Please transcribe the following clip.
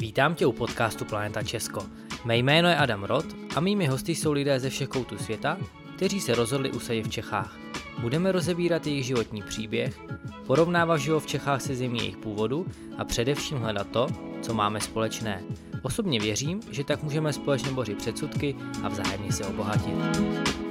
Vítám tě u podcastu Planeta Česko. Mé jméno je Adam Rod a mými hosty jsou lidé ze všech koutů světa, kteří se rozhodli usadit v Čechách. Budeme rozebírat jejich životní příběh, porovnávat život v Čechách se zemí jejich původu a především hledat to, co máme společné. Osobně věřím, že tak můžeme společně bořit předsudky a vzájemně se obohatit.